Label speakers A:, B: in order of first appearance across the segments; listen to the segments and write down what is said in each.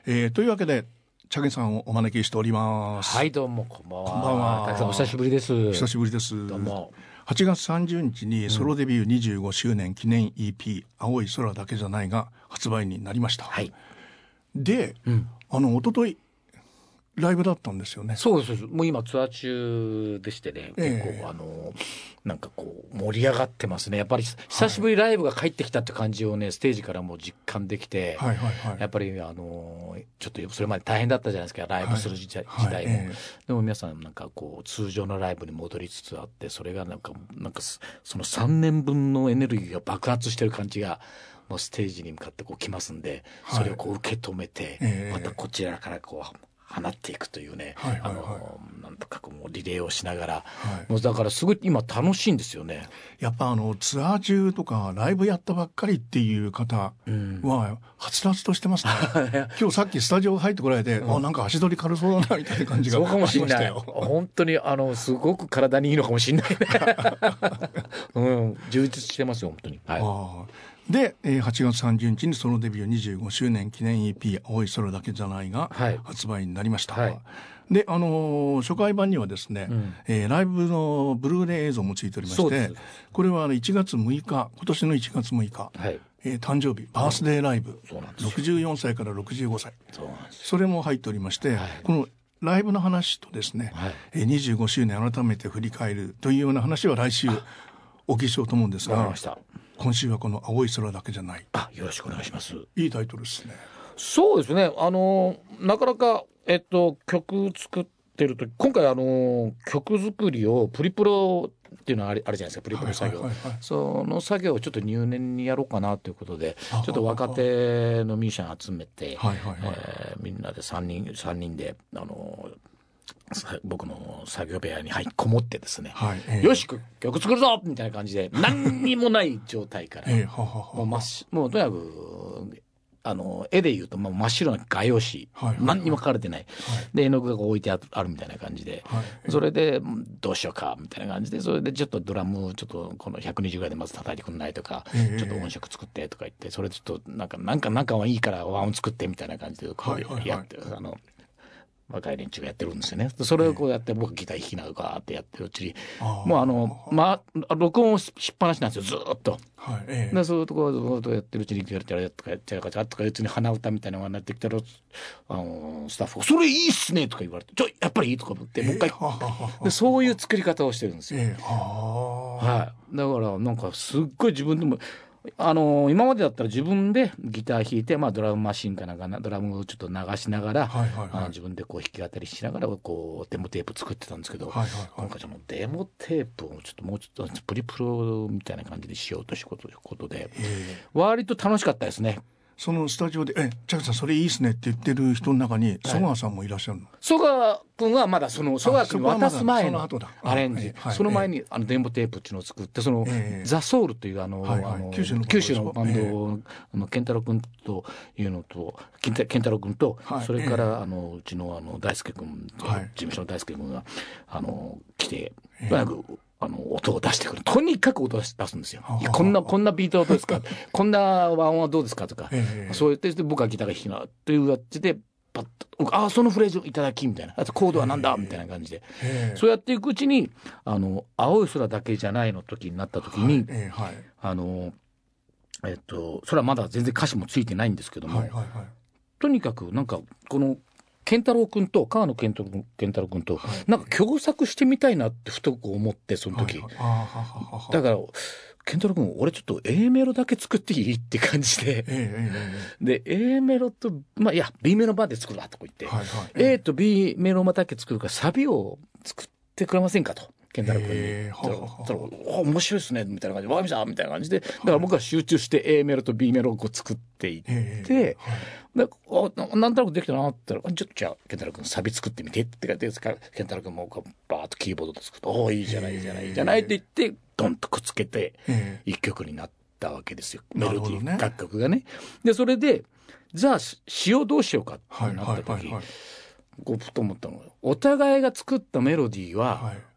A: というわけでチャゲさんをお招きしております。
B: はい、どうもこんばんは。
A: こんばんは。
B: たくさんお久しぶりです。
A: 久しぶりです。
B: どうも。
A: 8月30日にソロデビュー25周年記念 EP、青い空だけじゃないが発売になりました。
B: はい。
A: で、一昨日ライブだったんですよね。
B: そうです。もう今ツアー中でしてね、結構なんかこう盛り上がってますね。やっぱり久しぶりライブが帰ってきたって感じをね、ステージからも実感できて、やっぱりちょっとそれまで大変だったじゃないですか、ライブする時代も。でも皆さんなんかこう通常のライブに戻りつつあって、それがなんかその3年分のエネルギーが爆発してる感じがもうステージに向かってこう来ますんで、それをこう受け止めて、またこちらからこう放っていくというね、なんとかこうリレーをしながら、もうだからすごい今楽しいんですよね。
A: やっぱツアー中とかライブやったばっかりっていう方ははつらつとしてますね。今日さっきスタジオ入ってこられて、なんか足取り軽そうだなみたいな感じがありましたよ。
B: そうかもしれない。本当にすごく体にいいのかもしれないね。充実してますよ本当に。
A: で、8月30日にソロデビュー25周年記念 EP 青い空だけじゃないが発売になりました。で、初回版にはですね、ライブのブルーレイ映像もついておりまして、これは1月6日、今年の1月6日、誕生日、バースデーライブ、64歳から65歳。それも入っておりまして、このライブの話とですね、25周年改めて振り返るというような話は来週お聞きしようと思うんですが、今週はこの青い空だけじゃない。
B: よろしくお願いします。
A: いいタイトルですね。
B: そうですね。なかなか、曲作ってると今回曲作りをプリプロっていうのはあるじゃないですか、プリプロ作業。その作業をちょっと入念にやろうかなということで、ちょっと若手のミュージシャン集めて、みんなで3人で僕の作業部屋にこもってですね、よし曲作るぞみたいな感じで何にもない状態からもうとにかく絵でいうと真っ白な画用紙、何にも書かれてない、で絵の具が置いてあるみたいな感じで、それでどうしようかみたいな感じで、それでちょっとドラムちょっとこの120ぐらいでまず叩いてくんないとか、ちょっと音色作ってとか言って、それでちょっとなんかはいいから和音作ってみたいな感じでこうやって若い連中がやってるんですよね。それをこうやって僕ギター弾きながらガーってやってるうちに、もう録音をしっぱなしなんですよずっと。でそういうところをやってるうちにやるとかやっちゃうかとかいううちに鼻歌みたいなのがなってきたら、スタッフが「それいいっすね」とか言われて「やっぱりいい」とか思ってもう一回でそういう作り方をしてるんですよ。だからなんかすっごい自分でも今までだったら自分でギター弾いて、ドラムマシンかなんかドラムをちょっと流しながら、自分でこう弾き語りしながらこうデモテープ作ってたんですけど、今回そのデモテープをもうちょっとプリプロみたいな感じでしようということで、割と楽しかったですね。
A: そのスタジオでチャゲさんそれいいっすねって言ってる人の中に曽川さんもいらっしゃるの？
B: 曽川君はまだ曽川君に渡す前のアレンジ、その前にデモテープっていうのを作って、そのザ・ソウルという九州のバンドを健太郎君というのと健太郎君と、それからうちの大輔君と事務所の大輔君が来て、とにかく音を出してくる。とにかく音を出すんですよ。こんなビートはどうですかこんな和音はどうですかとか、そう言って僕はギターが弾きなというやつでパッとそのフレーズをいただきみたいな、あとコードはなんだみたいな感じで、そうやっていくうちに青い空だけじゃないの時になった時に、それはまだ全然歌詞もついてないんですけども、とにかくなんかこの健太郎君と川野健太郎君となんか共作してみたいなってふとこう思って、その時だから健太郎君俺ちょっと A メロだけ作っていいって感じで、で A メロといや B メロまで作るわとか言って、A と B メロだけ作るからサビを作ってくれませんかと健太郎君に。面白いですねみたいな感じで、わかりましたみたいな感じで、だから僕は集中して A メロと B メロをこう作っていって、なんとなくできたなって言ったら、ちょっとじゃあ健太郎君サビ作ってみてって言って健太郎君もバーッとキーボードで作っていいじゃないって言ってドンとくっつけて一曲になったわけですよ、メロディー楽曲がね。でそれでじゃあ詞をどうしようかってなった時、こうふと思ったのが、お互いが作ったメロディーは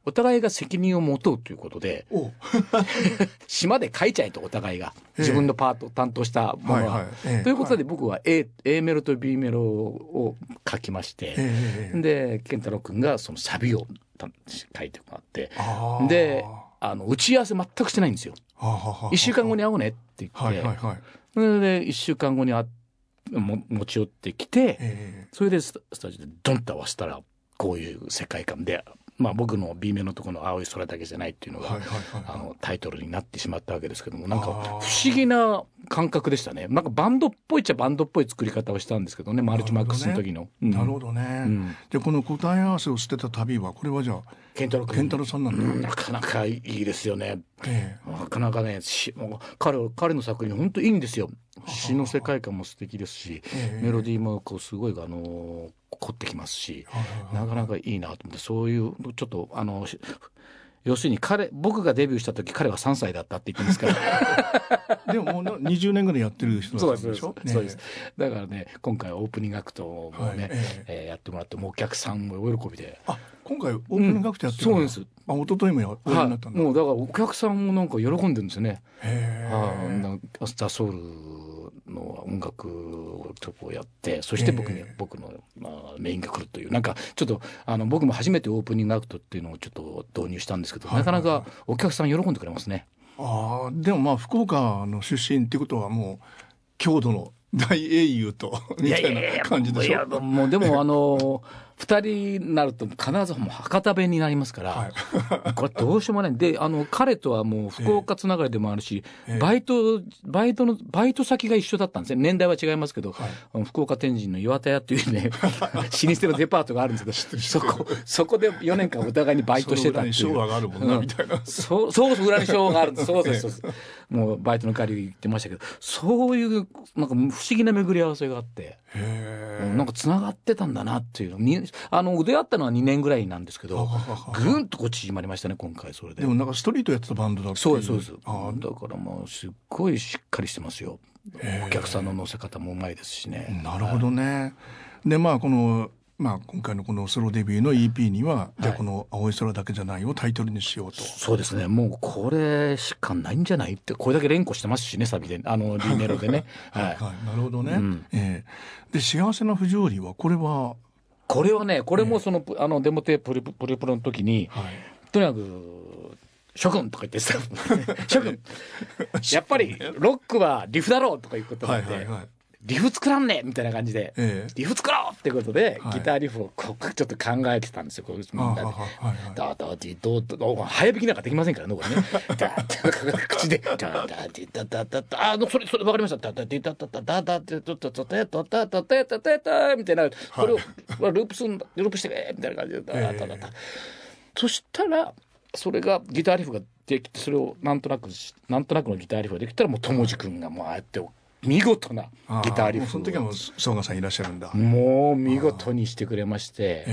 B: お互いが責任を持とうということで島で書いちゃえと、お互いが自分のパートを担当したものは、ということで僕は A メロと B メロを書きまして、で健太郎君がそのサビを書いてもらって、で打ち合わせ全くしてないんですよ。1週間後に会おうねって言って、それで1週間後に持ち寄ってきて、それでスタジオでドンと合わせたらこういう世界観で、僕の B 面のところの青い空だけじゃないっていうのがタイトルになってしまったわけですけども、なんか不思議な感覚でしたね。なんかバンドっぽいっちゃバンドっぽい作り方をしたんですけどね、マルチマックスの時の。
A: なるほどね。でこの答え合わせを捨てた旅は、これはじゃあ健太郎さんなんだ。
B: なかなかいいですよね。なかなかね、彼の作品本当いいんですよ。詩の世界観も素敵ですし、メロディーもこうすごい凝ってきますし、なかなかいいなと思って、そういうちょっと要するに僕がデビューした時彼は3歳だったって言ってますから
A: でももう20年ぐらいやってる人だったんでしょ。
B: そうです。だからね、今回オープニングアクトもね、やってもらって、もうお客さんもお喜びで。
A: 今回オープニングアクトやってる、
B: そうです。
A: 一昨日もやりになったんだ。
B: もうだからお客さんもなんか喜んでるんですよね。ザ・ソウルの音楽をやって、そして僕のメインが来るという、なんかちょっと僕も初めてオープニングアクトっていうのをちょっと導入したんですけど、なかなかお客さん喜んでくれますね。
A: でも福岡の出身っていうことは、もう郷土の大英雄とみたいな感じでしょ。
B: もうでも2人になると必ずもう博多弁になりますから、これどうしようもない。で彼とはもう福岡つながりでもあるし、バイト先が一緒だったんですね。年代は違いますけど、福岡天神の岩田屋っていうね老舗のデパートがあるんですけど、そこで4年間お互いにバイトしてたっていう。
A: その裏に昭和があるもんなみたいな。
B: そう裏に昭和があるんです。そうです。もうバイトの帰り言ってましたけど、そういうなんか不思議な巡り合わせがあって、なんかつながってたんだなっていうの出会ったのは2年ぐらいなんですけど、ぐんとこう縮まりましたね今回。それで
A: もなんかストリートやってたバンドだっていう。
B: そうですだからもうすっごいしっかりしてますよ。お客さんの乗せ方もうまいですしね。
A: なるほどね。で今回のこのソロデビューの EP には、じゃあこの青い空だけじゃないをタイトルにしようと。
B: そうですね。もうこれしかないんじゃないって、これだけ連呼してますしね、サビでリメロでね。
A: なるほどね。で幸せな不条理はこれは
B: ね、これもそのデモテプリプロの時に、とにかく諸君とか言ってさ諸君やっぱりロックはリフだろうとかいうことなんで、リフ作らんねみたいな感じで、リフ作ろうってことで、ギターリフをちょっと考えてたんですよ。こうみんなでダーダーディドー早弾きなんかできませんからね、これね。ダーダー口でダーダーディダダダダそれ分かりました。ダーダーディダダダダダダダダダダダダダみたいな、これをループしてみたいな感じでダーダーダダ。そしたらそれがギターリフができて、それをなんとなくのギターリフができたら、もう友次君がもうああやって見事なギターリフを、
A: その時はもう曽我さんいらっしゃるんだ。
B: もう見事にしてくれまして、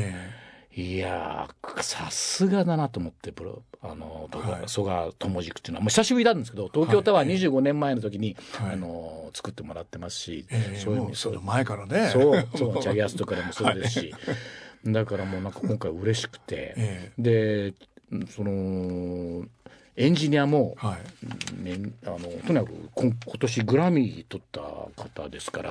B: いやさすがだなと思って、曽我友次っていうのはもう久しぶりなんですけど、東京タワー25年前の時に、作ってもらってますし、
A: そういう意味その前からね、
B: そうチャギアスとかでもそうですし、だからもうなんか今回嬉しくて、でそのエンジニアも、とにかく今年グラミー取った方ですから、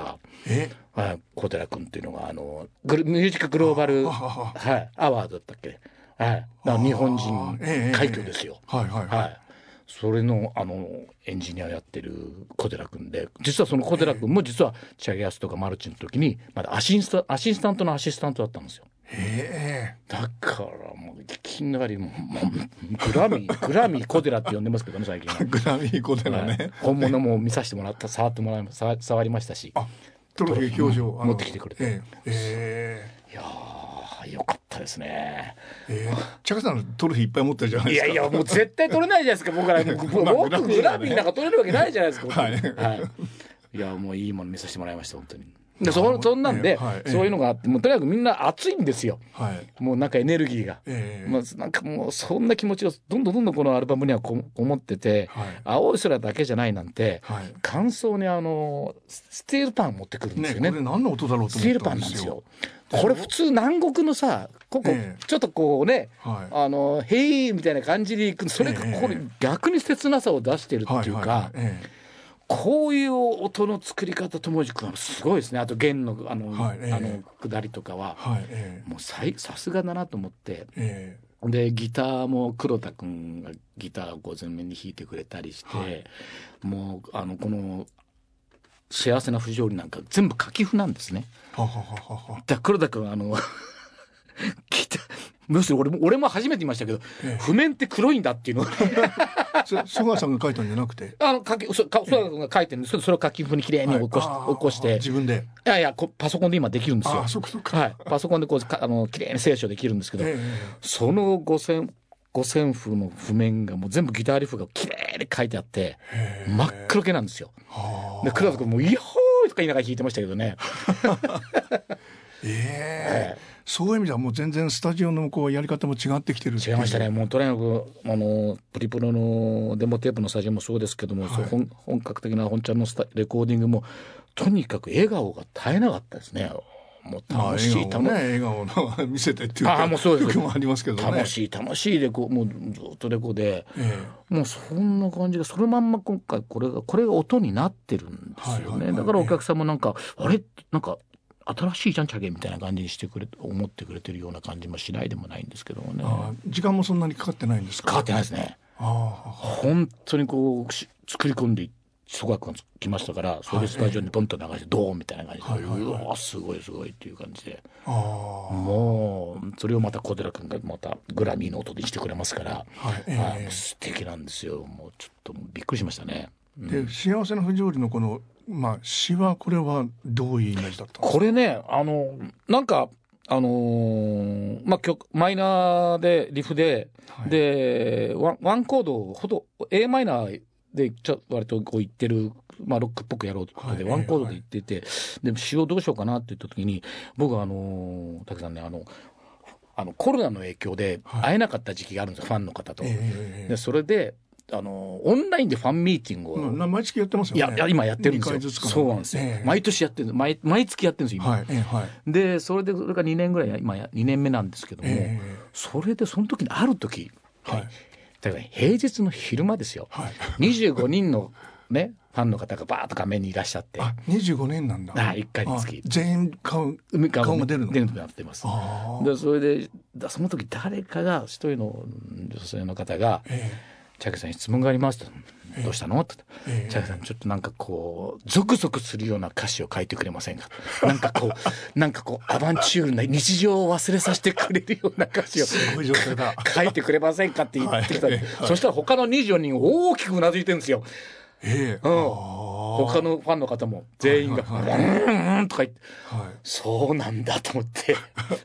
B: 小寺君っていうのがミュージックグローバル、アワードだったっけ、日本人快挙ですよ。それのエンジニアやってる小寺君で、実はその小寺君も実はチャゲアスとかマルチの時にまだアシスタントのアシスタントだったんですよ。だからもういきなりもうグラミー小寺って呼んでますけどね、最近は。
A: グラミー小寺ね、
B: 本物も見させてもらった、触りましたし、
A: トロフィー表情
B: 持ってきてくれて、いやよかったですね。
A: チャカさんトロフィーいっぱい持ってるじゃないですか。
B: いやもう絶対取れないじゃないですか。僕ら僕グラミーなんか取れるわけないじゃないですか。いやもういいもの見させてもらいました本当に。 でそんなんで、そういうのがあって、もうとにかくみんな熱いんですよ、もうなんかエネルギーが、なんかもうそんな気持ちがどんどんこのアルバムにはこもってて、青い空だけじゃないなんて、感想にスティールパン持ってくるんですよね。
A: これ何の音だろうと思ったんですよ。スティールパンなんですよ。
B: これ普通南国のさ、ここちょっとこうね、ヘイみたいな感じでいく、それがこれ逆に切なさを出してるっていうか、こういう音の作り方、友次君はすごいですね。あと弦の下りとかは、もうさすがだなと思って、でギターも黒田君がギターをこう前面に弾いてくれたりして、もうこの幸せな不条理なんか全部書き譜なんですね。だ黒田君ギターむしろ俺も初めて言いましたけど、譜面って黒いんだっていうの
A: 曽我さんが書いたんじゃなくて、
B: 曽我君が書いてるんですけど、それを書き譜にきれいに起こして、
A: 自分で
B: いやパソコンで今できるんですよ。パソコンでこうきれいに清書できるんですけど、その五線譜の譜面がもう全部ギターリフがきれいに書いてあって真っ黒けなんですよ。で黒田君もイヤホーとか言いながら弾いてましたけどね。
A: そういう意味ではもう全然スタジオのこうやり方も違ってきてる。
B: 違いましたね。もうとにかくプリプロのデモテープのスタジオもそうですけども、本格的な本ちゃんのレコーディングもとにかく笑顔が絶えなかったですね。もう楽しい
A: 笑顔の見せてっていう
B: もうそうです
A: 曲もありますけどね。
B: 楽しいレコもうずっとレコで、もうそんな感じで、そのまんま今回これが音になってるんですよね。だからお客さんもなんかあれなんか新しいじゃんチャゲみたいな感じに思ってくれてるような感じもしないでもないんですけどもね。
A: 時間もそんなにかかってないんですか。
B: かかってないですね。本当にこう作り込んで曽我君が来ましたから、それでスタジオにポンと流してドーンみたいな感じで、うわすごいっていう感じで、もうそれをまた小寺君がまたグラミーの音でしてくれますから、素敵なんですよ。もうちょっとびっくりしましたね。
A: で幸せな不条理のこの詩はこれはどういうイメージだったんですか。
B: これねなんかマイナーでリフで、でワンコードほど A マイナーで割とこう言ってる、ロックっぽくやろうということでワンコードで言ってて、で詩をどうしようかなって言った時に、僕は武さんねコロナの影響で会えなかった時期があるんですよ、ファンの方と。でそれでオンラインでファンミーティングを、
A: 毎月やってますよね。
B: いや今やってるんですよ。そうなんですよ、毎年やってるんです。毎月やってるんですよ今、でそれが2年ぐらい、今2年目なんですけども、それでその時にある時、だから平日の昼間ですよ、25人のねファンの方がバーッと画面にいらっしゃって、
A: 25年なんだ。
B: 1回につき
A: 全員顔が出るの。
B: 出るとなってます。でそれでその時誰かが一人の女性の方が、チャゲさん質問がありますと、どうしたのって、チャゲさんちょっとなんかこうゾクゾクするような歌詞を書いてくれませんか。なんかこうアバンチュールな日常を忘れさせてくれるような歌詞を書いてくれませんかって言ってきた、そしたら他の24人大きくうなずいてるんですよ。他のファンの方も全員がうんとか言って、そうなんだと思って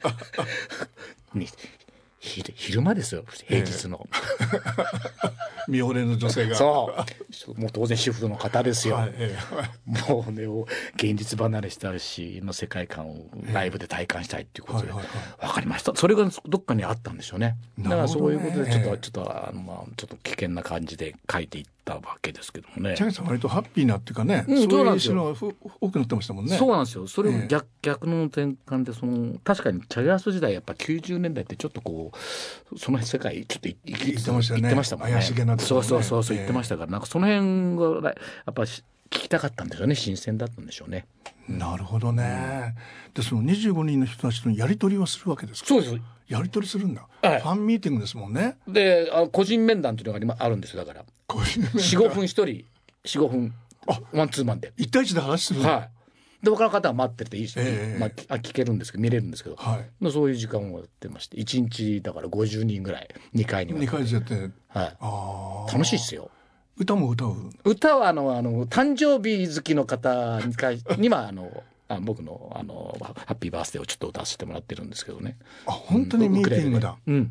B: 昼間ですよ、平日の、
A: 見惚れの女性が、
B: もう当然主婦の方ですよ、もうね現実離れしたしの世界観をライブで体感したいっていうことで、分かりました。それがどっかにあったんでしょうね。だからそういうことでちょっと危険な感じで書いていったわけですけどもね。
A: チャゲさん割とハッピーなっていうかね、そういう詩が多くなってましたもんね。
B: そうなんですよ。それを逆の転換で、確かにチャゲアス時代やっぱ90年代ってちょっとこうその世界ちょっと行ってましたもんね。
A: 怪しげなところね。
B: そう言ってましたから、なんかその辺がやっぱ聞きたかったんでしょうね。新鮮だったんでしょうね。
A: なるほどね。でその25人の人たちとやり取りはするわけですか。
B: そうです。
A: やり取りするんだ、ファンミーティングですもんね。
B: で個人面談というのがあるんですよ。だから4、5分1人4、5分ワンツーマンで
A: 1対1で話する。
B: で他の方は待ってていいし、聞けるんですけど見れるんですけど、そういう時間をやってまして、1日だから50人ぐらい2回に
A: 2回ずつやって、
B: 楽しいですよ。
A: 歌も歌う。
B: 歌は誕生日好きの方には僕のハッピーバースデーをちょっと歌わせてもらってるんですけどね。
A: 本当にミーティングだ。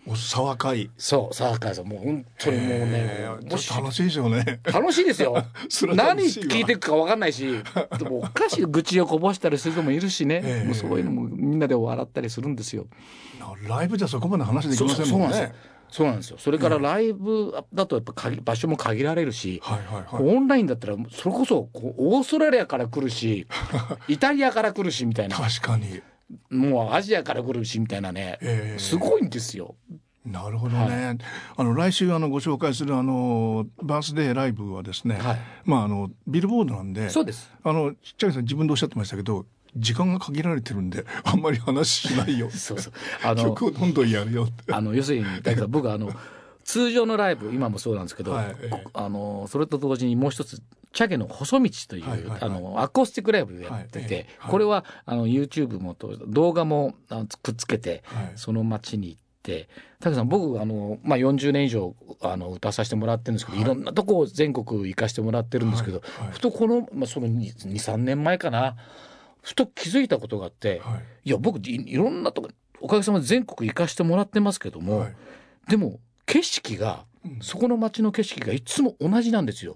A: 沢会。
B: そう、沢会さん。もう本当にもうね。
A: ちょっと楽しいでしょうね。
B: 楽しいですよ。何聞いていくか分かんないし、でもおかしい愚痴をこぼしたりする人もいるしね。もうそういうのもみんなで笑ったりするんですよ。
A: ライブじゃそこまで話できませんもんね。
B: そうなんですよ。それからライブだとやっぱ場所も限られるし、オンラインだったらそれこそオーストラリアから来るし、イタリアから来るしみたいな。
A: 確かに。
B: もうアジアから来るしみたいなね、すごいんですよ。
A: なるほどね。来週ご紹介するバースデーライブはですね、ビルボードなんで、
B: そうです。
A: ちっちゃいさん自分でおっしゃってましたけど、時間が限られてるんであんまり話しないよ
B: そう
A: 曲をどんどんやるよって
B: 要するにだから僕通常のライブ今もそうなんですけど、それと同時にもう一つチャゲの細道という、アコースティックライブやってて、これはYouTube も動画もくっつけて、その街に行って、武さん僕40年以上歌わさせてもらってるんですけど、いろんなとこ全国行かせてもらってるんですけど、ふとその 2,3 年前かな、ふと気づいたことがあって、いや僕いろんなとこおかげさまで全国行かせてもらってますけども、でも景色が、そこの街の景色がいつも同じなんですよ。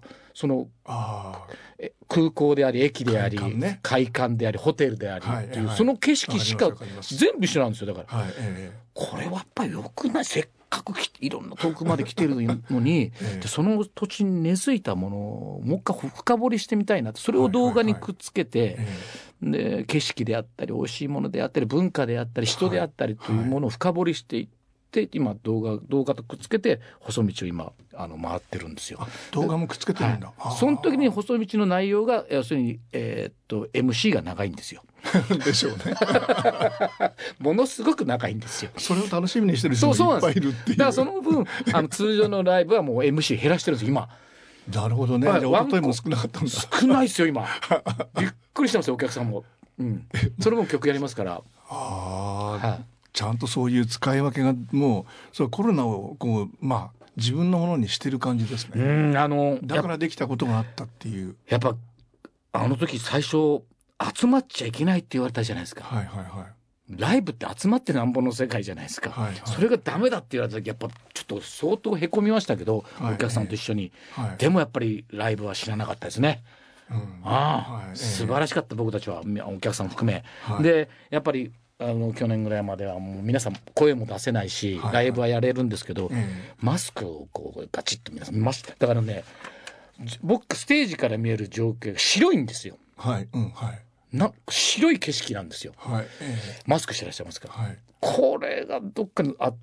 B: 空港であり駅であり会館でありホテルでありっていう、その景色しか全部一緒なんですよ。だから、これはやっぱりよくない、せっかくいろんな遠くまで来てるのにでその土地に根付いたものをもう一回深掘りしてみたいなと、それを動画にくっつけて、で景色であったり美味しいものであったり文化であったり人であったりというものを深掘りしていって、今動画とくっつけて細道を今回ってるんですよ。
A: 動画もくっつけてるんだ。
B: その時に細道の内容が要するに、MC が長いんですよ。
A: でしょうね。
B: ものすごく長いんですよ。
A: それを楽しみにしてる人もいっぱいいるっていう。
B: だからその分通常のライブはもう MC 減らしてるんです今。
A: なるほどね。じゃあ一昨日も少なかったんだ。
B: 少ないですよ今。びっくりしてますよお客さんも。それも曲やりますから。
A: ちゃんとそういう使い分けがもうコロナを自分のものにしてる感じですね。だからできたことがあったっていう。
B: やっぱ時最初集まっちゃいけないって言われたじゃないですか。ライブって集まってなんぼの世界じゃないですか。それがダメだって言われた時やっぱちょっと相当へこみましたけど、お客さんと一緒に、でもやっぱりライブは知らなかったですね。素晴らしかった僕たちはお客さん含め、でやっぱり去年ぐらいまではもう皆さん声も出せないし、ライブはやれるんですけど、マスクをガチッと皆さん見ました。だからね、僕ステージから見える情景が白いんですよ。白い景色なんですよ。マスクしてらっしゃいますから、これがどっかにあって、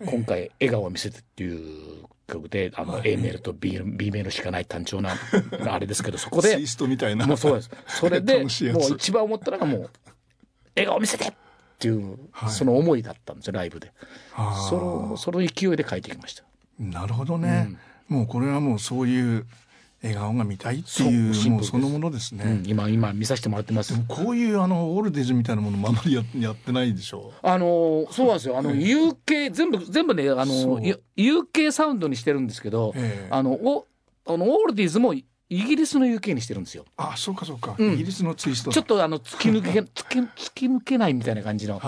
B: 今回笑顔を見せてっていう曲でA メールと B メールしかない単調なあれですけど、そこで
A: ツイストみたいな、
B: もうそうです。それでもう一番思ったのがもう笑顔を見せてっていう、その思いだったんですよライブで。その勢いで書いてきました。
A: なるほどね、もうこれはもうそういう笑顔が見たいっていうもうそのものですね。
B: 今見させてもらってます。
A: でもこういうオールディーズみたいなものもあんまりやってないでしょ。
B: そうなんですよ。UK 全部ねUK サウンドにしてるんですけど、オールディーズもイギリスの UK にしてるんですよ。
A: そうかそうか、イギリスのツイスト
B: ちょっと突き抜けないみたいな感じの、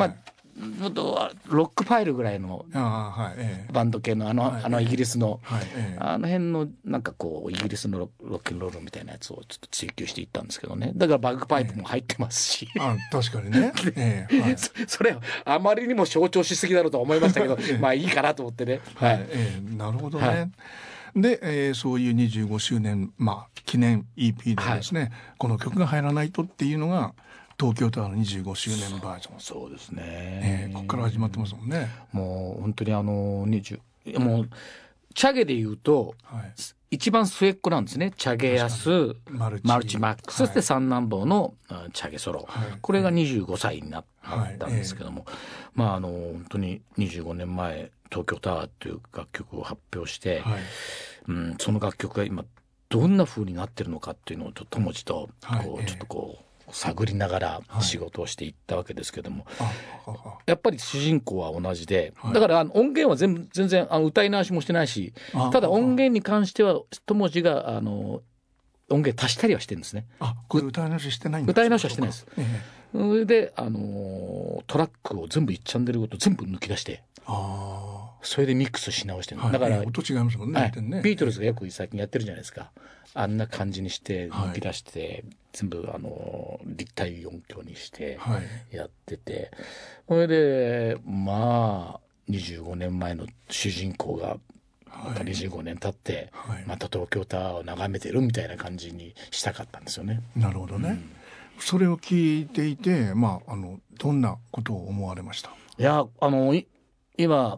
B: ロックファイルぐらいのバンド系のイギリスの、辺のなんかイギリスのロックンロールみたいなやつをちょっと追求していったんですけどね。だからバッグパイプも入ってますし、
A: 確かにね。
B: それあまりにも象徴しすぎだろうとは思いましたけどまあいいかなと思ってね。
A: なるほどね。で、そういう25周年、記念 EP でですね、この曲が入らないとっていうのが東京タワーの25周年バージョン。
B: そうですね、
A: ここから始まってますもんね。
B: もう本当にもうチャゲで言うと、一番末っ子なんですね。チャゲヤスマルチマックス、そして三男坊のチャゲソロ、これが25歳になったんですけども、本当に25年前東京タワーという楽曲を発表して、その楽曲が今どんな風になってるのかっていうのを友達とちょっと探りながら仕事をしていったわけですけども、やっぱり主人公は同じで、だから音源は全然歌い直しもしてないし、ただ音源に関しては友達が音源足したりはしてるんですね。
A: これ歌い直ししてないんですか。
B: 歌い直しはしてないです。 それで、トラックを全部1チャンネルごと全部抜き出して、それでミックスし直してる、だから、
A: 音違いますもんね、
B: ビートルズがよく最近やってるじゃないですか。あんな感じにして抜き出して、全部立体音響にしてやってて、それでまあ25年前の主人公がまた25年経って、また東京タワーを眺めてるみたいな感じにしたかったんですよね。
A: なるほどね、それを聞いていて、どんなことを思われました？
B: いや、今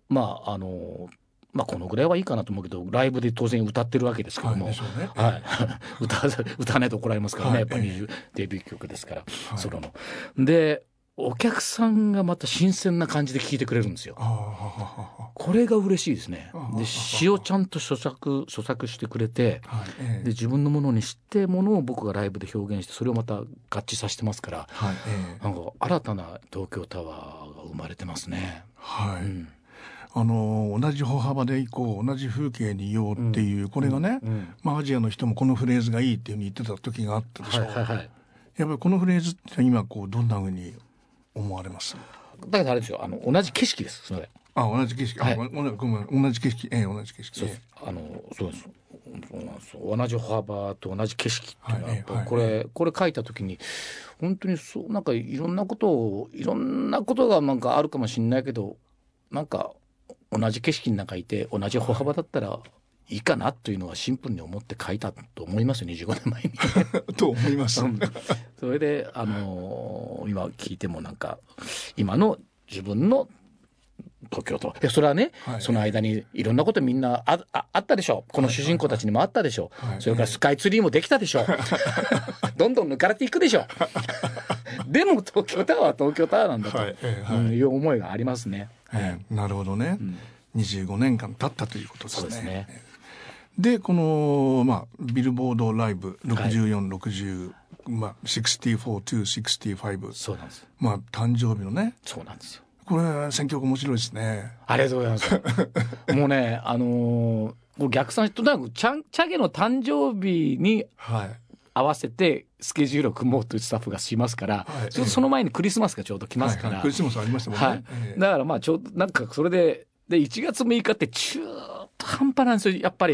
B: このぐらいはいいかなと思うけど、ライブで当然歌ってるわけですけども、歌わないと怒られますからね、やっぱりデビュー曲ですから、ソロの。で、お客さんがまた新鮮な感じで聴いてくれるんですよ。これが嬉しいですね。で、詩をちゃんと咀嚼してくれて、で自分のものにしてものを僕がライブで表現して、それをまた合致させてますから、なんか新たな東京タワーが生まれてますね。
A: 同じ歩幅で行こう、同じ風景にいようっていう、これがね、アジアの人もこのフレーズがいいっていうふうに言ってた時があったでしょう。やっぱりこのフレーズって今どんなふうに思われます？
B: だけどあれですよ、同じ景色です。それ
A: 同じ景色、同じ景色、同じ景色、
B: そうです。同じ歩幅と同じ景色っていうのはやっぱこれ書いた時に本当になんかいろんなことがなんかあるかもしれないけど、なんか同じ景色の中いて同じ歩幅だったらいいかなというのはシンプルに思って書いたと思いますよ、25年前に
A: と思います、
B: それで今聞いてもなんか今の自分の東京と、それはね、その間にいろんなことみんなあったでしょ。この主人公たちにもあったでしょ。それからスカイツリーもできたでしょ。どんどん抜かれていくでしょ。でも東京タワーは東京タワーなんだという思いがありますね。
A: なるほどね、25年間経ったということですね。そうですね。でこの、ビルボードライブ64、60、64 to 65、
B: そうなんです。
A: 誕生日のね。
B: そうなんですよ。
A: これ選曲面白いですね。
B: ありがとうございます。もうね、逆算となくチャゲの誕生日に合わせてスケジュールを組もうというスタッフがしますから、その前にクリスマスがちょうど来ますから、
A: クリスマスありましたもんね。
B: だからちょうどなんかそれで1月6日って中途半端なんですよ、やっぱり。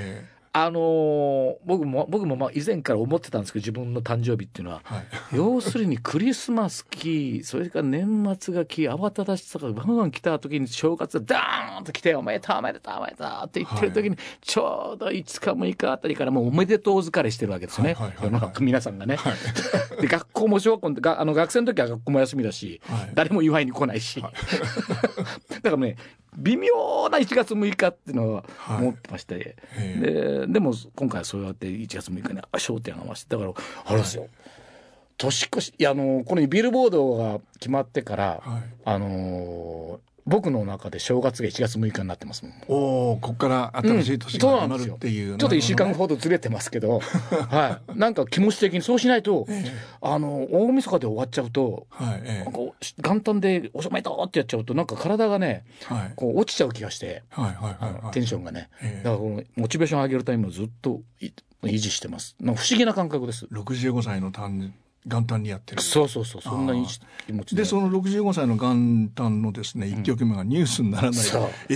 B: 僕も以前から思ってたんですけど、自分の誕生日っていうのは、要するにクリスマス期、それから年末が期、慌ただしさがバンバン来た時に正月がダーンと来て、おめでとうおめでとうおめでとうって言ってる時に、ちょうど5日6日あたりからもうおめでとう疲れしてるわけですよね、皆さんがね。で学校も小学校学生の時は学校も休みだし、誰も祝いに来ないし、だからね、微妙な1月6日っていうのは思ってまして、でも今回はそうやって1月6日に焦点を合わせて、だからあれですよ、年越し、このビルボードが決まってから、僕の中で正月が1月6日になってますもん。
A: ここから新しい年が始まるっていう、
B: ちょっと1週間ほどずれてますけど、なんか気持ち的にそうしないと、大晦日で終わっちゃうと、元旦でおめでとうってやっちゃうと、なんか体がね、落ちちゃう気がして、テンションがね、だからこのモチベーション上げるためにもずっと維持してます。なんか不思議な感覚です。
A: 65歳の元旦にやってる。
B: そうそんな気持ちで。
A: その65歳の元旦のですね、1曲目がニュースにならない。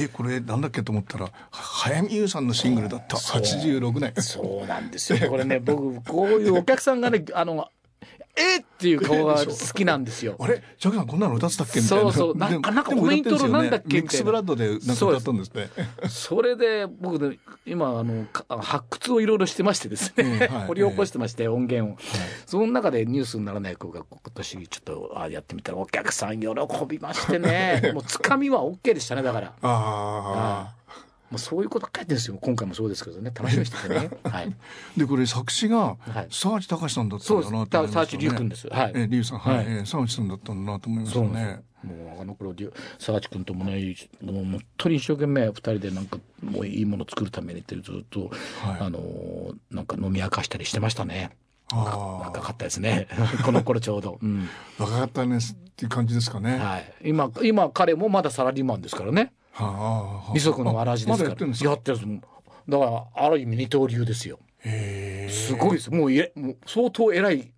A: これなんだっけと思ったら、早見優さんのシングルだった。86年。
B: そうなんですよ。これね、僕、こういうお客さんがね、っていう顔が好きなんですよ。
A: あれジャックさんこんなの歌ってたっけみたいな。
B: そうなんかコメントのなんだっけみたいな。
A: ミックスブラッドでなんか歌ったんですね。
B: それで僕ね、今発掘をいろいろしてましてですね、掘り起こしてまして、音源を。その中でニュースにならない曲が今年ちょっとやってみたらお客さん喜びましてね、もうつかみは OK でしたね。だからもうそういうこと書いてるんですよ。今回もそうですけどね、楽しみにしててね。
A: でこれ作詞が沢地隆さんだったんだなと思いましたね。
B: 沢地龍君です。
A: 龍さん、沢地さんだったんだなと思いましたね。
B: もう頃沢地君ともね、もう本当に一生懸命2人でなんかもういいもの作るためにってずっと、なんか飲み明かしたりしてましたね。若かったですね。この頃ちょうど。
A: 若かったねっていう感じですかね。
B: 今彼もまだサラリーマンですからね。二足のわらじですから。やってるんですか。だからある意味二刀流ですよ。すごいです。もう相当偉い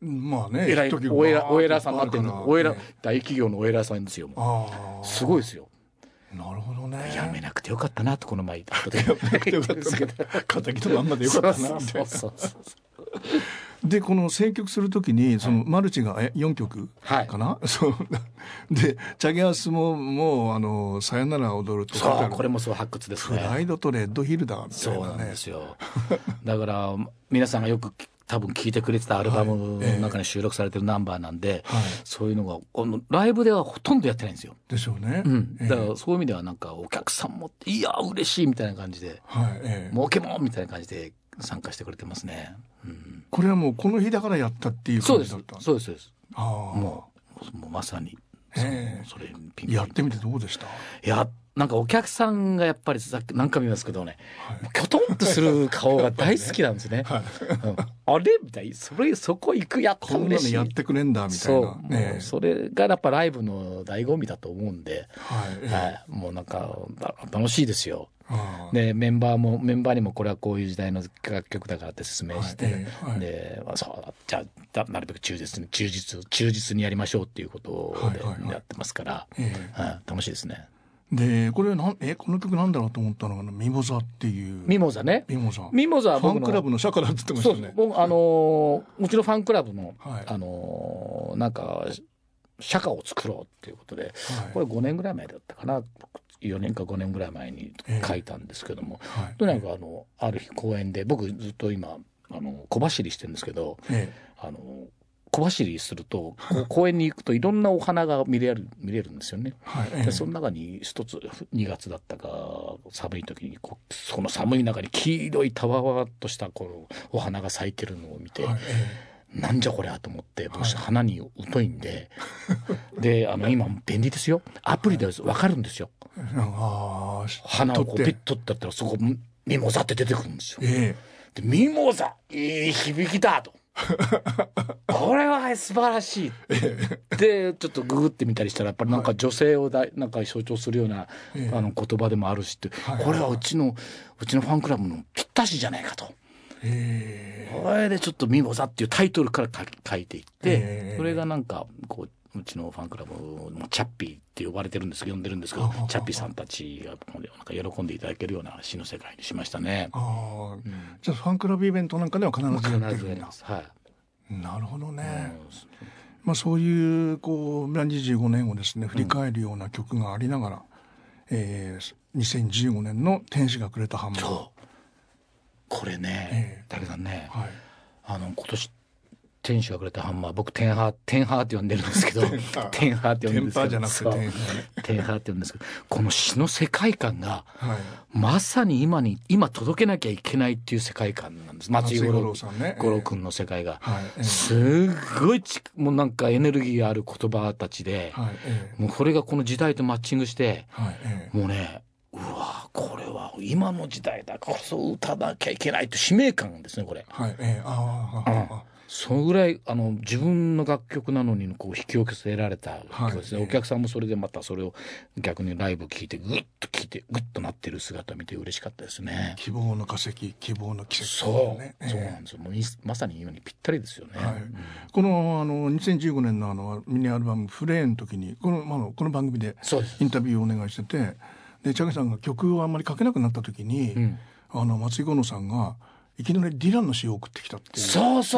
A: まあね、
B: 偉いお偉さんになってるの、大企業のお偉さんですよ。すごいですよ。
A: なるほどね。
B: やめなくてよかったなとこの前言った
A: やめなくてよかったな。敵のまんまでよかったなみたいな。でこの選曲するときにそのマルチが4曲かな、そうでチャゲアスももうさよなら踊ると
B: そうこれもそう発掘ですね。
A: プライドとレッドヒルだみたいなね。
B: そうなんですよ。だから皆さんがよく多分聴いてくれてたアルバムの中に収録されてるナンバーなんで、そういうのがこのライブではほとんどやってないんですよ。
A: でしょうね。
B: だからそういう意味ではなんかお客さんもいや嬉しいみたいな感じで、儲けもんみたいな感じで参加してくれてますね。
A: これはもうこの日だからやったっていう感じだった。
B: そうですそうです。もうまさにそれピン
A: やってみてどうでした？
B: いやなんかお客さんがやっぱりさっき何回も言いますけどね、きょとんとする顔が大好きなんですね。あれみたいなそこ行くやった嬉しい。
A: こんなのやってくれんだみたいな。
B: そうそれがやっぱライブの醍醐味だと思うんで、もうなんか楽しいですよ。でメンバーにもこれはこういう時代の楽曲だからって説明して、でそうじゃあなるべく忠実にやりましょうっていうことでやってますから、楽しいですね。
A: でこれこの曲なんだろうと思ったのがミモザっていう
B: ミモザね。ミモザは
A: ファンクラブの社歌だって言ってましたね。
B: うちのファンクラブの、なんか社歌を作ろうっていうことで、これ5年ぐらい前だったかな、4年か5年ぐらい前に書いたんですけども、とにかくある日公演で僕ずっと今小走りしてるんですけど、小走りすると公園に行くといろんなお花が見れるんですよね。でその中に一つ2月だったか寒い時にその寒い中に黄色いたわわっとしたこのお花が咲いてるのを見て、なんじゃこりゃと思って僕花に疎いんで、で今便利ですよ、アプリで分かるんですよ。花をこうピッとってやったらそこミモザって出てくるんですよ。でミモザいい響きだと。これは素晴らしいでちょっとググってみたりしたらやっぱりなんか女性をなんか象徴するような言葉でもあるしって、これはうちのファンクラブのぴったしじゃないかと。これでちょっとミモザっていうタイトルから書いていって、それがなんかこうちのファンクラブのチャッピーって呼んでるんですけどチャッピーさんたちがなんか喜んでいただけるような詩の世界にしましたね。
A: じゃあファンクラブイベントなんかでは必ずやってるんだ。なるほどね。そういう明治25年をですね振り返るような曲がありながら、2015年の天使がくれたハンマー。
B: これね、武さんね、今年天使がくれたハンマー、僕テンハーって呼んでるんですけどテンハーって呼んでるんですけど、
A: テンパーじゃなく
B: てテンハーって呼んでるんですけど、この詩の世界観が、まさに今届けなきゃいけないっていう世界観なんです。松井五郎君の世界が、すごいもうなんかエネルギーある言葉たちで、もうこれがこの時代とマッチングして、もうね、うわこれは今の時代だからこそ歌わなきゃいけないと使命感ですねこれ。そのぐらい自分の楽曲なのにこう引き寄せられた曲ですね。お客さんもそれでまたそれを逆にライブ聴いてグッとなってる姿を見て嬉しかったですね。
A: 希望の化石、希望の奇跡、
B: そうなんですよ。もうまさに今にぴったりですよね。
A: この2015年のミニアルバムフレーの時にこの番組でインタビューをお願いしてて、でチャゲさんが曲をあんまり書けなくなった時に、松井五郎さんがいきなりディランの詩を送ってきたっていう。そうデ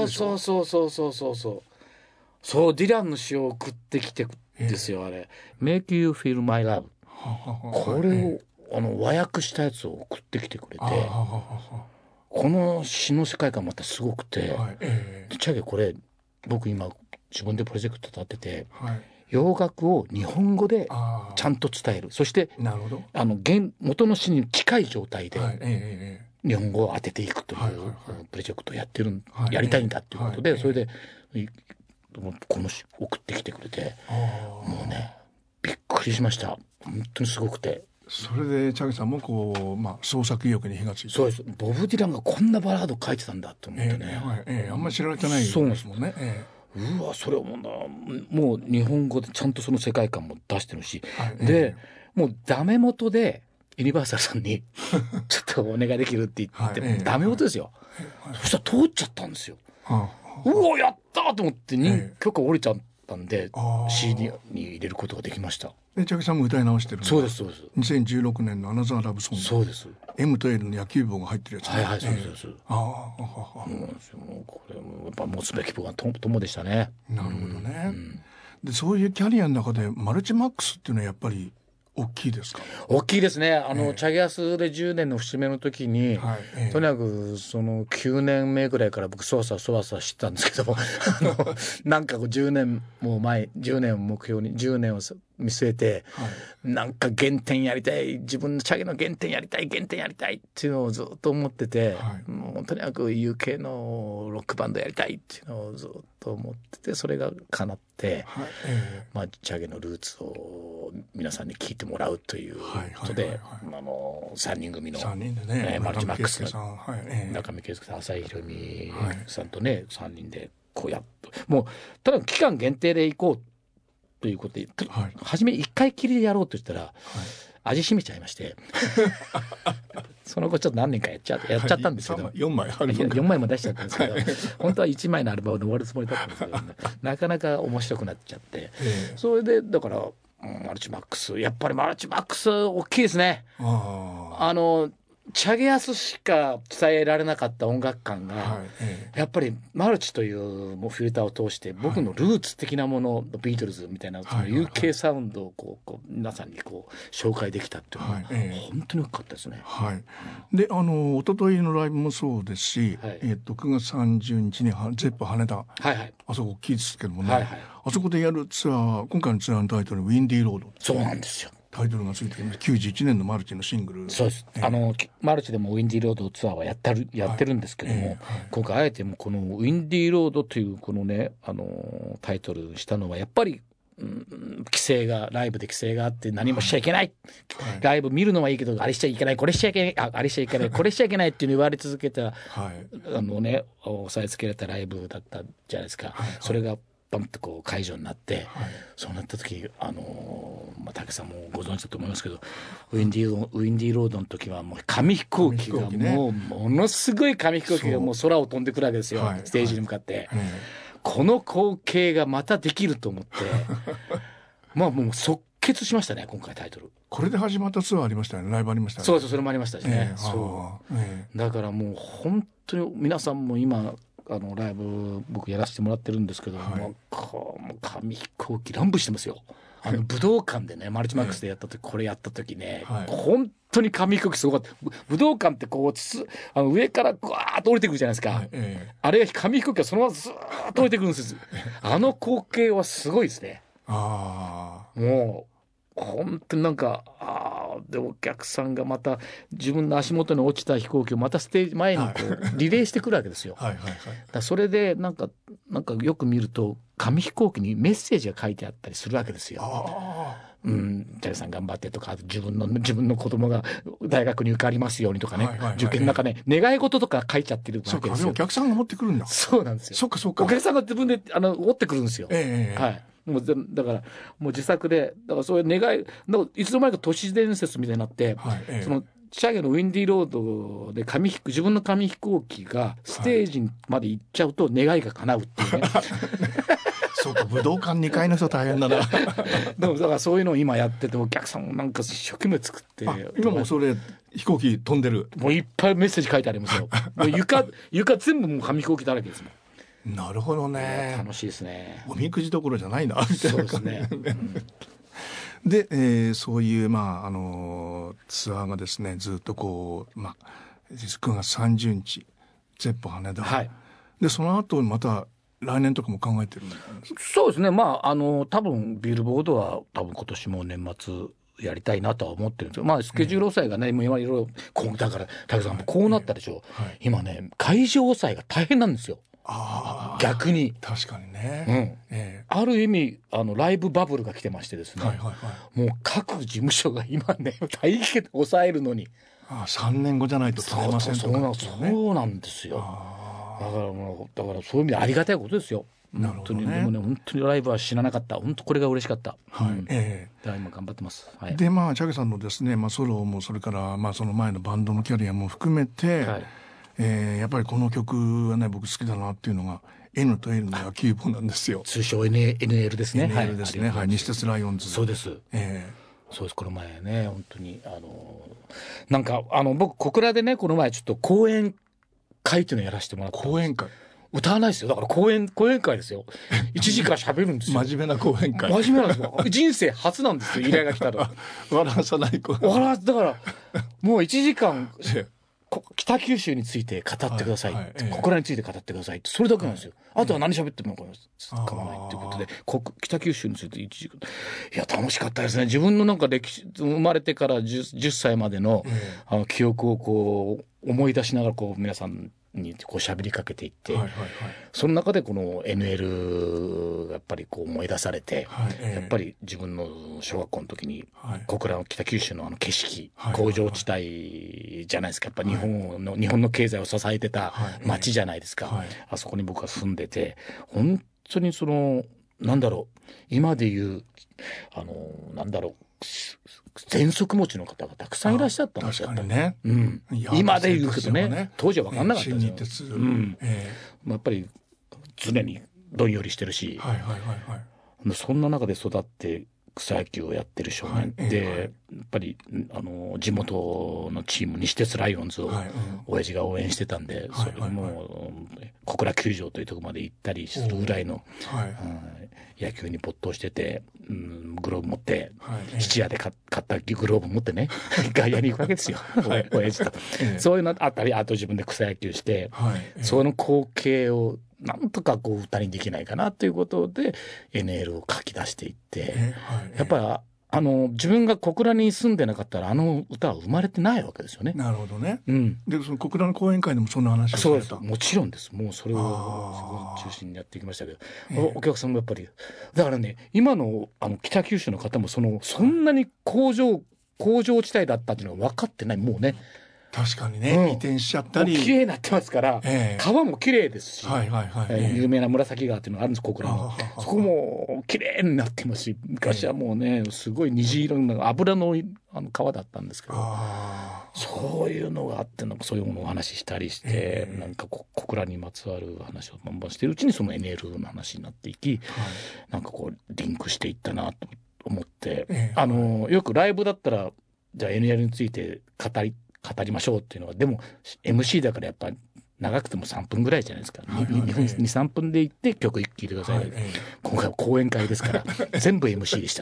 A: ィランの詩を送ってきてですよ、あれ Make You Feel My Love、これを和訳したやつを送ってきてくれて、この詩の世界観またすごくて、チャゲこれ僕今自分でプロジェクト立ってて、洋楽を日本語でちゃんと伝える、そして元の詩に近い状態で日本語を当てていくというプロジェクトをやりたいんだっていうことで、それでこの詩送ってきてくれて、もうねびっくりしました。本当にすごくて。 それでチャゲさんも創作意欲に火がついて。
B: そうです。ボブ・ディランがこんなバラード書いてたんだと思ってね、
A: あんまり知られてないですもんね。
B: うわそれをもう日本語でちゃんとその世界観も出してるし、でもうダメ元でユニバーサルさんにちょっとお願いできるって言って、ダメ元ですよ。そしたら通っちゃったんですよ。 うおやったと思って許可下りちゃったんで、CD に入れることができました。
A: でチャゲさんも歌い直してる。
B: そうですそうです。
A: 2016年のアナザーラブソング。
B: そうです。
A: M と L の野球帽が入ってるやつ、
B: はいはい、そうです。もうこれもやっぱ持つべき棒が友でしたね。
A: なるほどね、でそういうキャリアの中でマルチマックスっていうのはやっぱり大きいですか？
B: 大きいですね。チャゲアスで10年の節目の時に、とにかくその9年目ぐらいから僕そわそわしてたんですけどもなんか10年も前、10年を目標に10年を見据えて、なんか原点やりたい、自分のチャゲの原点やりたいっていうのをずっと思ってて、もうとにかく UK のロックバンドやりたいっていうのをずっと思ってて、それが叶って、チャゲのルーツを皆さんに聞いてもらうということで、3人組のマルチマックスの中見圭介さん、浅井宏美さんとね、3人でこうもうただ期間限定で行こうということで、初め1回きりでやろうとしたら、味しめちゃいましてその後ちょっと何年かやっちゃったんですけど、4枚も出しちゃったんですけど本当は1枚のアルバムで終わるつもりだったんですけど、なかなか面白くなっちゃって、それでだからマルチマックス、やっぱりマルチマックス大きいですね。チャゲアスしか伝えられなかった音楽感が、やっぱりマルチというフィルターを通して僕のルーツ的なもの、ビートルズみたいなその UK サウンドをこう皆さんにこう紹介できたっていうのは本当に良かったですね。
A: で一昨日のライブもそうですし、9月30日にゼップ羽田、あそこ大きいですけどもね、あそこでやるツアー、今回のツアーのタイトルウィンディーロード。
B: そうなんですよ。
A: タイトルがついています。91年のマルチのシングル。
B: そうです。マルチでもウィンディーロードツアーはやってるんですけども、今回あえてもこのウィンディーロードというこのね、タイトルしたのはやっぱり、ライブで規制があって何もしちゃいけない、ライブ見るのはいいけどあれしちゃいけない、これしちゃいけない、あれしちゃいけない、これしちゃいけないっていうの言われ続けた、押さえつけられたライブだったじゃないですか。それがバンとこう会場になって、そうなった時武さんもご存知だと思いますけど、ウィンディーロードの時はもう紙飛行機がもうものすごい紙飛行機がもう空を飛んでくるわけですよ、ステージに向かって、この光景がまたできると思ってもう即決しましたね、今回タイトル。これで始まったツアーありましたよね、ライブありましたね。そうそれもありましたしね、だからもう本当に皆さんも今ライブ僕やらせてもらってるんですけど、もう紙飛行機乱舞してますよ。武道館でね、マルチマックスでやった時、これやった時ね、本当に紙飛行機すごかった。武道館ってこう上からグワーッと降りてくるじゃないですか、あれ紙飛行機がそのままずーっと降りてくるんですあの光景はすごいですね。もう本当になんかでお客さんがまた自分の足元に落ちた飛行機をまたステージ前にこうリレーしてくるわけですよ。だそれでなんかよく見ると紙飛行機にメッセージが書いてあったりするわけですよ。ジャイさん頑張ってとか、自分の子供が大学に受かりますようにとかね、受験の中ね、願い事とか書いちゃってるわけですよ。お客さんが持ってくるんだ。そうなんですよ。お客さんが自分で持ってくるんですよ。もうだからもう自作で、だからそういう願いいつの間にか都市伝説みたいになって、そのチャゲのウィンディーロードで自分の紙飛行機がステージまで行っちゃうと願いが叶うっていうねそうか、武道館2階の人大変だなでもだからそういうのを今やってて、お客さんもなんか一生懸命作って、今もそれ飛行機飛んでる、もういっぱいメッセージ書いてありますよもう床全部もう紙飛行機だらけですもん。なるほどね。楽しいですね。おみくじどころじゃないなみたいな感じですね。で、そういうツアーがですね、ずっとこう9月30日ゼップ羽田、でその後また来年とかも考えてるんですか？そうですね。多分ビルボードは今年も年末やりたいなとは思ってるんですけど、スケジュール抑えがね、今いろいろだから武さんもこうなったでしょ、今ね会場抑えが大変なんですよ。逆に確かにね、ある意味ライブバブルが来てましてですね、もう各事務所が今ね大変抑えるのに3年後じゃないと取れませんとか、そうなんですよ。だからそういう意味でありがたいことですよ。本当に、でもね、本当にライブは知らなかった。本当これが嬉しかった。今頑張ってます。でチャゲさんのですね、ソロもそれからその前のバンドのキャリアも含めて、やっぱりこの曲はね僕好きだなっていうのが
A: N と L の野球部なんですよ。
B: 通称 NL ですね。
A: NL ですね。はい、西鉄ライオンズ。
B: そうです。そうです。この前ね、本当になんか僕小倉でね、この前ちょっと講演会っていうのやらせてもらったんです。
A: 講演会。
B: 歌わないですよ。だから講演会ですよ。1時間喋るんですよ。
A: 真面目な講演会。
B: 真面目なんですよ。人生初なんですよ、依頼が来たら。
A: 笑わさない子。
B: だからもう1時間北九州について語ってください、小倉について語ってくださいって、それだけなんですよ。あとは何喋っても構わないっていうことで、北九州について1時間。いや楽しかったですね。自分のなんか歴史、生まれてから 10歳までの記憶をこう思い出しながらこう皆さんにこう喋りかけていって、その中でこの NL がやっぱりこう思い出されて、やっぱり自分の小学校の時に小倉の北九州の景色、工場地帯じゃないですか。やっぱ日本の経済を支えてた町じゃないですか。あそこに僕は住んでて、本当になんだろう、今でいうなんだろう、喘息持ちの方がたくさんいらっしゃったんですよ。
A: 確かにね。
B: 今で言うけどね、当時は分かんなかったですよ。やっぱり常にどんよりしてるし、そんな中で育って草野球をやってる少年で、やっぱり地元のチーム西鉄ライオンズを親父が応援してたんで、それも小倉球場というところまで行ったりするぐらいの野球に没頭してて、グローブ持って質屋で買ったグローブ持ってね外野に行くわけですよ親父と。そういうのあったり、あと自分で草野球して、その光景をなんとかこう歌にできないかなということで NL を書き出していって、やっぱ自分が小倉に住んでなかったら歌は生まれてないわけですよね。
A: なるほどね。でその小倉の講演会でもそんな話をされた。
B: そうです、もちろんです。もうそれを中心にやってきましたけど、お客さんもやっぱりだからね、今の北九州の方もそんなに工場地帯だったっていうのが分かってない。もうね、
A: 確かにね、移転しちゃったり
B: 綺麗になってますから、川も綺麗ですし、有名な紫川っていうのがあるんです、小倉の。そこも綺麗になってますし、昔はもうねすごい虹色の油の川だったんですけど、そういうのがあってそういうものをお話ししたりして、なんか小倉にまつわる話をバンバンしているうちにその NL の話になっていき、なんかこうリンクしていったなと思って、よくライブだったらじゃあ NL について語りましょうっていうのは、でも MC だからやっぱ長くても3分ぐらいじゃないですか。2、3分で行って曲聴いてください。今回は講演会ですから全部 MC でした。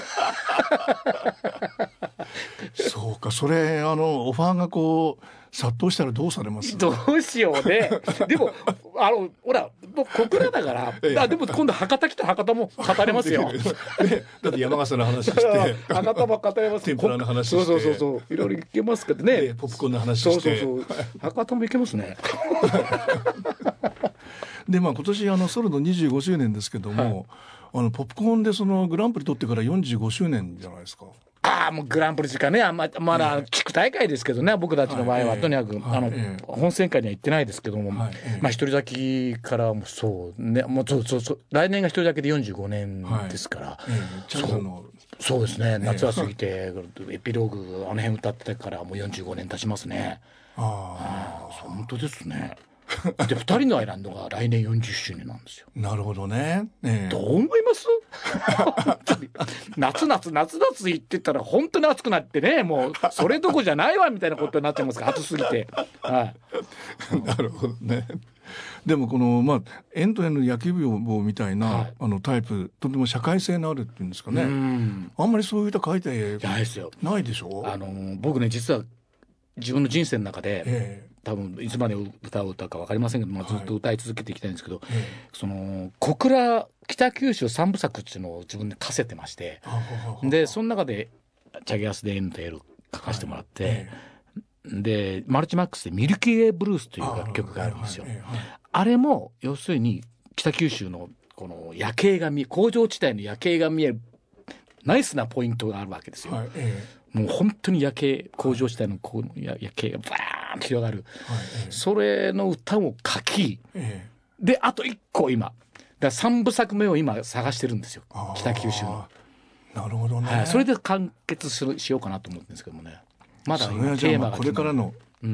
A: そうか、それオファーがこう殺到したらどうされます？
B: どうしようね。でもほら小倉だからでも今度博多来た博多も語れますよ。
A: だって山笠の話して
B: 博多も語れます。
A: 天ぷらの話して、
B: そういろいろいけますけどね。
A: ポップコーンの話して、
B: 博多もいけますね。
A: で今年ソロの25周年ですけども、ポップコーンでそのグランプリ取ってから45周年じゃないですか。
B: もうグランプリしかね、まだ地区大会ですけどね、僕たちの場合はとにかく本選会には行ってないですけども、一人咲きからもそうね、もうそう来年が一人咲きで45年ですから、そうですね、夏は過ぎてエピローグ辺歌ってからもう45年経ちますね。本当ですね。で2人のアイランドが来年40周年なんですよ。
A: なるほどね。
B: どう思います？夏言ってたら本当に暑くなってね、もうそれどこじゃないわみたいなことになっちゃいますから、暑すぎて。
A: なるほどね。でもこのNとNの野球部みたいな、タイプとても社会性のあるっていうんですかね。あんまりそういう歌書いてないでしょ。
B: 僕ね、実は自分の人生の中で、多分いつまで歌を歌うか分かりませんけど、ずっと歌い続けていきたいんですけど、その小倉北九州三部作っていうのを自分で課せてまして、でその中でチャゲアスで N と L 書かせてもらって、でマルチマックスでミルキーウェイブルースという楽曲があるんですよ。あれも要するに北九州のこの夜景が工場地帯の夜景が見えるナイスなポイントがあるわけですよ。もう本当に夜景、工場地帯の夜景がバーンと広がる、それの歌を書き、であと1個今だ3部作目を今探してるんですよ、北九州の。
A: なるほどね。
B: それで完結しようかなと思ってるんですけどもね、まだ今
A: テーマがこれからの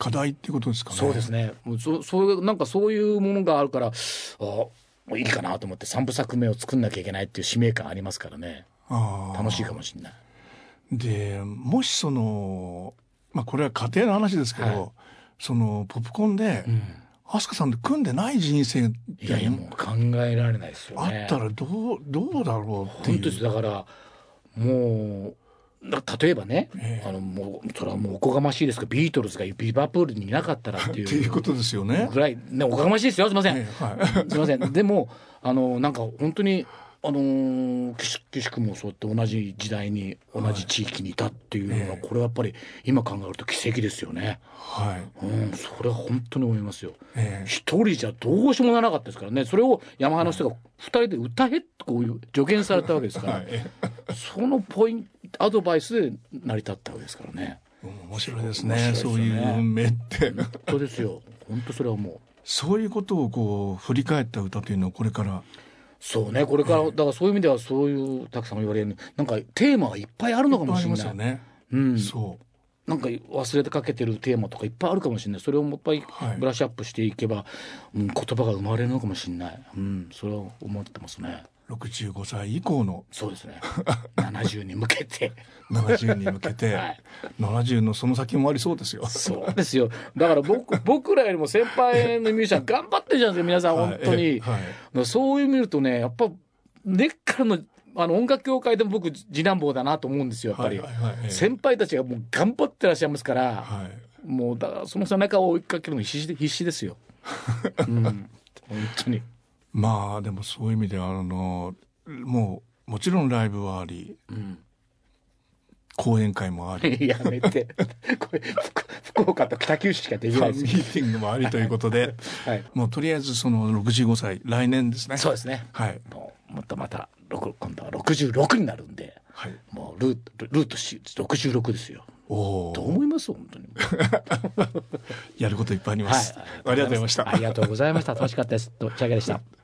A: 課題っていうことですかね。
B: そうですね。もうなんかそういうものがあるからもういいかなと思って3部作目を作んなきゃいけないっていう使命感ありますからね。楽しいかもしれない。
A: でもしこれは家庭の話ですけど、そのポップコーンで、飛鳥さんと組んでない人生って
B: いやもう考えられないですよね。
A: あったらどうだろうっていう。
B: 本当です。だからもう例えばね、もうそれはもうおこがましいですけど、ビートルズがリバプールにいなかったらっていう
A: っていうことですよね。
B: ぐらいね、おこがましいですよ。すいません、すいません。でもなんか本当に岸君もそうやって同じ時代に同じ地域にいたっていうのは、これはやっぱり今考えると奇跡ですよね。それは本当に思いますよ。一人じゃどうしようもならなかったですからね。それをヤマハの人が2人で歌えってこういう助言されたわけですからそのアドバイスで成り立ったわけですからね。
A: 面白いですね。そういう運命って
B: 本当ですよ。本当それはもう
A: そういうことをこう振り返った歌というのをこれから
B: そうね、これからだからそういう意味ではそういうたくさん言われるなんかテーマはいっぱいあるのかもしれない。
A: いっぱいありますよね。
B: そうなんか忘れてかけてるテーマとかいっぱいあるかもしれない。それをもう一回ブラッシュアップしていけば、言葉が生まれるのかもしれない。それは思ってますね。
A: 65歳以降の
B: そうですね70に向けて
A: 70に向けて、70のその先もありそうですよ。
B: そうですよ。だから僕らよりも先輩のミュージシャン頑張ってるじゃないですか皆さん本当に、そういう見るとねやっぱ根っからの音楽業界でも僕次男坊だなと思うんですよやっぱり、先輩たちがもう頑張ってらっしゃいますから、もうだからその背中を追いかけるの必死ですよ本当に。
A: まあでもそういう意味ではもちろんライブはあり、講演会もあり
B: やめてこれ福岡と北九州しかできないです。
A: ミーティングもありということで、もうとりあえずその65歳来年ですね。
B: そうですね。もうまた今度は66になるんで、もうルート66ですよ。どう思います本当に
A: やることいっぱいあります。ありがとうございました。
B: ありがとうございました。楽しかったです。どっちあげでした。